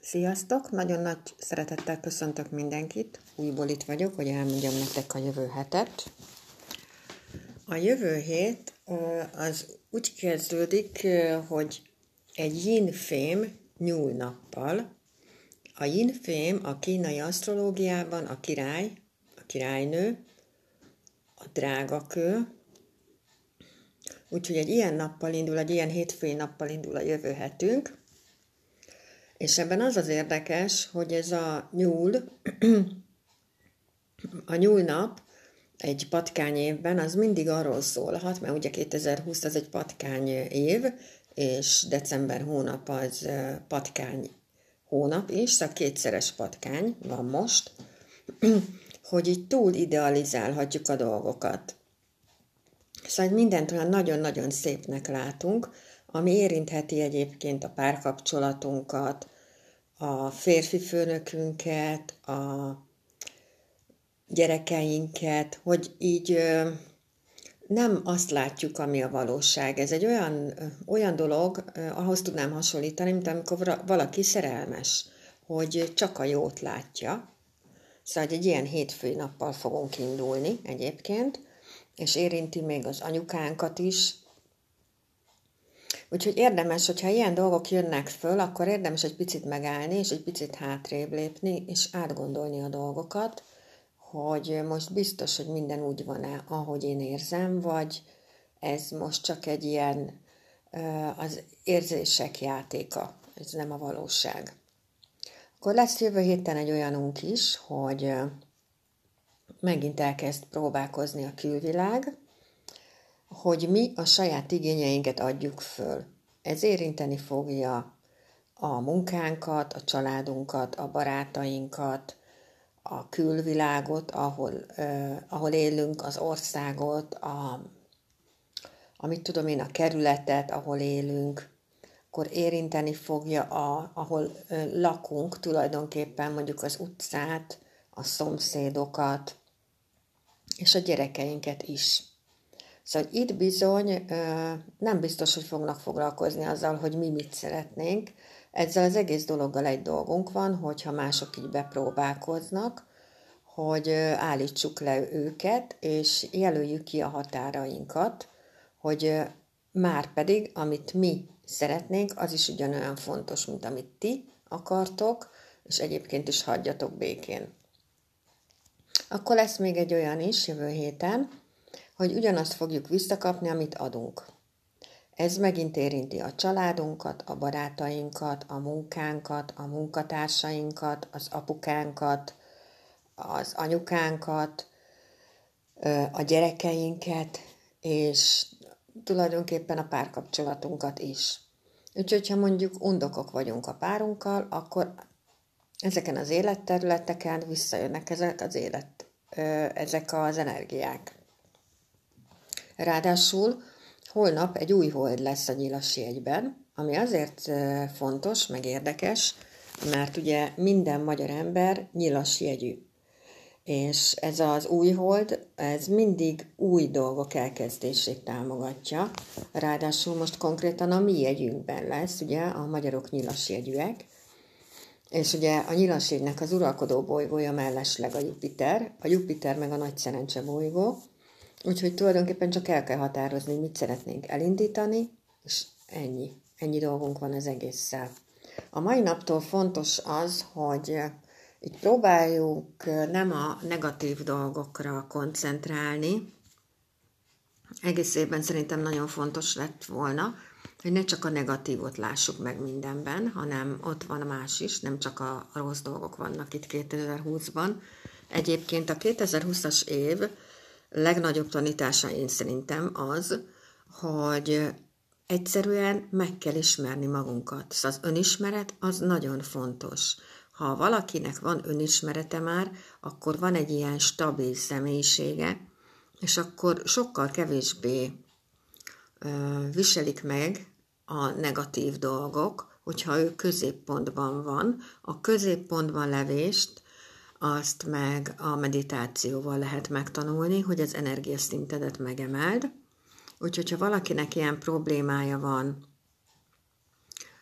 Sziasztok! Nagyon nagy szeretettel köszöntök mindenkit. Újból itt vagyok, hogy elmondjam nektek a jövő hetet. A jövő hét az úgy kezdődik, hogy egy yin-fém nyúlnappal. A yin-fém a kínai asztrológiában a király, a királynő, a drágakő. Úgyhogy egy ilyen nappal indul, egy ilyen hétfői nappal indul a jövő hetünk. És ebben az az érdekes, hogy ez a nyúlnap egy patkány évben, az mindig arról szólhat, mert ugye 2020 az egy patkány év, és december hónap az patkány hónap is, szóval kétszeres patkány van most, hogy így túl idealizálhatjuk a dolgokat. Szóval mindent olyan nagyon-nagyon szépnek látunk, ami érintheti egyébként a párkapcsolatunkat, a férfi főnökünket, a gyerekeinket, hogy így nem azt látjuk, ami a valóság. Ez egy olyan dolog, ahhoz tudnám hasonlítani, mint amikor valaki szerelmes, hogy csak a jót látja. Szóval egy ilyen hétfői nappal fogunk indulni egyébként, és érinti még az anyukánkat is. Úgyhogy érdemes, hogyha ilyen dolgok jönnek föl, akkor érdemes egy picit megállni, és egy picit hátrébb lépni, és átgondolni a dolgokat, hogy most biztos, hogy minden úgy van-e, ahogy én érzem, vagy ez most csak egy ilyen az érzések játéka, ez nem a valóság. Akkor lesz jövő héten egy olyanunk is, hogy megint elkezd próbálkozni a külvilág, hogy mi a saját igényeinket adjuk föl. Ez érinteni fogja a munkánkat, a családunkat, a barátainkat, a külvilágot, ahol élünk, az országot, a kerületet, ahol élünk, akkor érinteni fogja, ahol lakunk, tulajdonképpen mondjuk az utcát, a szomszédokat, és a gyerekeinket is. Szóval itt bizony nem biztos, hogy fognak foglalkozni azzal, hogy mi mit szeretnénk. Ezzel az egész dologgal egy dolgunk van, hogyha mások így bepróbálkoznak, hogy állítsuk le őket, és jelöljük ki a határainkat, hogy már pedig, amit mi szeretnénk, az is ugyanolyan fontos, mint amit ti akartok, és egyébként is hagyjatok békén. Akkor lesz még egy olyan is jövő héten, hogy ugyanazt fogjuk visszakapni, amit adunk. Ez megint érinti a családunkat, a barátainkat, a munkánkat, a munkatársainkat, az apukánkat, az anyukánkat, a gyerekeinket, és tulajdonképpen a párkapcsolatunkat is. Úgyhogy, ha mondjuk undokok vagyunk a párunkkal, akkor ezeken az életterületeken visszajönnek ezek az energiák. Ráadásul holnap egy új hold lesz a Nyilasi jegyben, ami azért fontos, meg érdekes, mert ugye minden magyar ember nyilas jegyű. És ez az új hold, ez mindig új dolgok elkezdését támogatja. Ráadásul most konkrétan a mi jegyünkben lesz, ugye a magyarok nyilas jegyűek. És ugye a nyilas jegynek az uralkodó bolygója mellesleg a Jupiter meg a nagy szerencse bolygó. Úgyhogy tulajdonképpen csak el kell határozni, mit szeretnénk elindítani, és ennyi dolgunk van az egésszel. A mai naptól fontos az, hogy így próbáljuk nem a negatív dolgokra koncentrálni. Egész évben szerintem nagyon fontos lett volna, hogy ne csak a negatívot lássuk meg mindenben, hanem ott van más is, nem csak a rossz dolgok vannak itt 2020-ban. Egyébként a 2020-as év legnagyobb tanítása én szerintem az, hogy egyszerűen meg kell ismerni magunkat. Szóval az önismeret az nagyon fontos. Ha valakinek van önismerete már, akkor van egy ilyen stabil személyisége, és akkor sokkal kevésbé viselik meg a negatív dolgok, hogyha ő középpontban van. A középpontban levést azt meg a meditációval lehet megtanulni, hogy az energiaszintedet megemeld. Úgyhogy, ha valakinek ilyen problémája van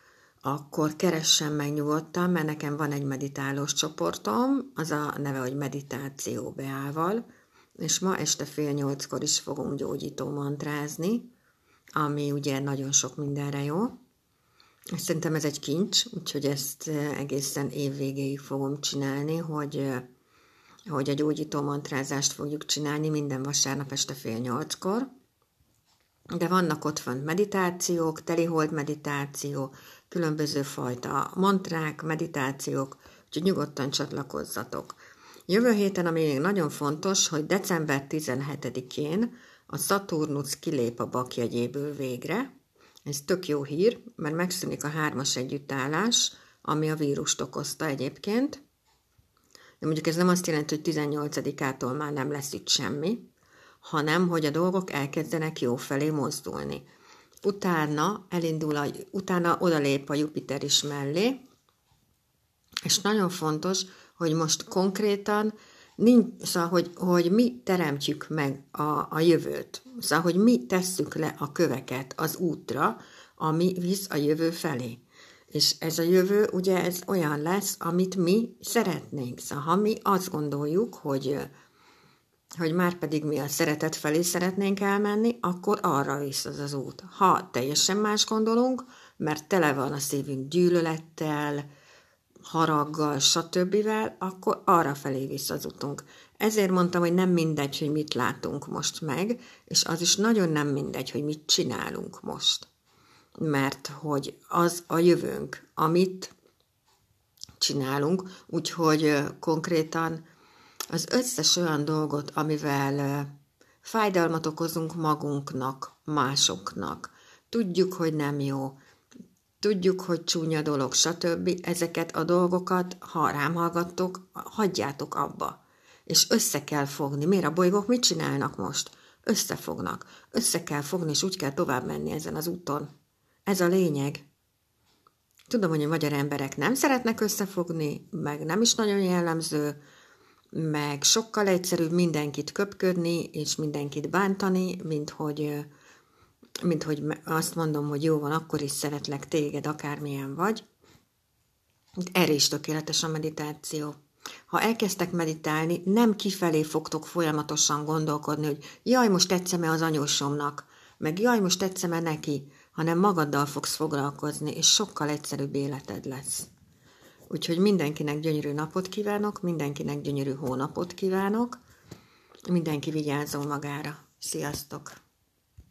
akkor keressen meg nyugodtan, mert nekem van egy meditálós csoportom, az a neve, hogy Meditáció Beával, és ma este 7:30 is fogunk gyógyító mantrázni, ami ugye nagyon sok mindenre jó. És szerintem ez egy kincs, úgyhogy ezt egészen év végéig fogom csinálni, hogy a gyógyító mantrázást fogjuk csinálni minden vasárnap este 7:30. De vannak ott fönt meditációk, telihold meditáció, különböző fajta mantrák, meditációk, úgyhogy nyugodtan csatlakozzatok. Jövő héten, ami még nagyon fontos, hogy december 17-én a Szaturnusz kilép a bakjegyéből végre. Ez tök jó hír, mert megszűnik a 3-as együttállás, ami a vírust okozta egyébként. De mondjuk ez nem azt jelenti, hogy 18-ától már nem lesz itt semmi, hanem hogy a dolgok elkezdenek jó felé mozdulni. Utána odalép a Jupiter is mellé, és nagyon fontos, hogy most konkrétan szóval, hogy mi teremtjük meg a jövőt. Szóval, hogy mi tesszük le a köveket az útra, ami visz a jövő felé. És ez a jövő, ugye ez olyan lesz, amit mi szeretnénk. Szóval, ha mi azt gondoljuk, hogy már pedig mi a szeretet felé szeretnénk elmenni, akkor arra visz az út. Ha teljesen más gondolunk, mert tele van a szívünk gyűlölettel, haraggal, stb., akkor arra felé visz az utunk. Ezért mondtam, hogy nem mindegy, hogy mit látunk most meg, és az is nagyon nem mindegy, hogy mit csinálunk most. Mert hogy az a jövőnk, amit csinálunk, úgyhogy konkrétan az összes olyan dolgot, amivel fájdalmat okozunk magunknak, másoknak, tudjuk, hogy nem jó, tudjuk, hogy csúnya dolog, stb. Ezeket a dolgokat, ha rám hallgattok, hagyjátok abba. És össze kell fogni. Miért a bolygók mit csinálnak most? Összefognak. Össze kell fogni, és úgy kell tovább menni ezen az úton. Ez a lényeg. Tudom, hogy a magyar emberek nem szeretnek összefogni, meg nem is nagyon jellemző, meg sokkal egyszerűbb mindenkit köpködni, és mindenkit bántani, mint hogy azt mondom, hogy jó van, akkor is szeretlek téged, akármilyen vagy. Erre is tökéletes a meditáció. Ha elkezdtek meditálni, nem kifelé fogtok folyamatosan gondolkodni, hogy jaj, most tetszem-e az anyósomnak, meg jaj, most tetszem-e neki, hanem magaddal fogsz foglalkozni, és sokkal egyszerűbb életed lesz. Úgyhogy mindenkinek gyönyörű napot kívánok, mindenkinek gyönyörű hónapot kívánok, mindenki vigyázzon magára. Sziasztok!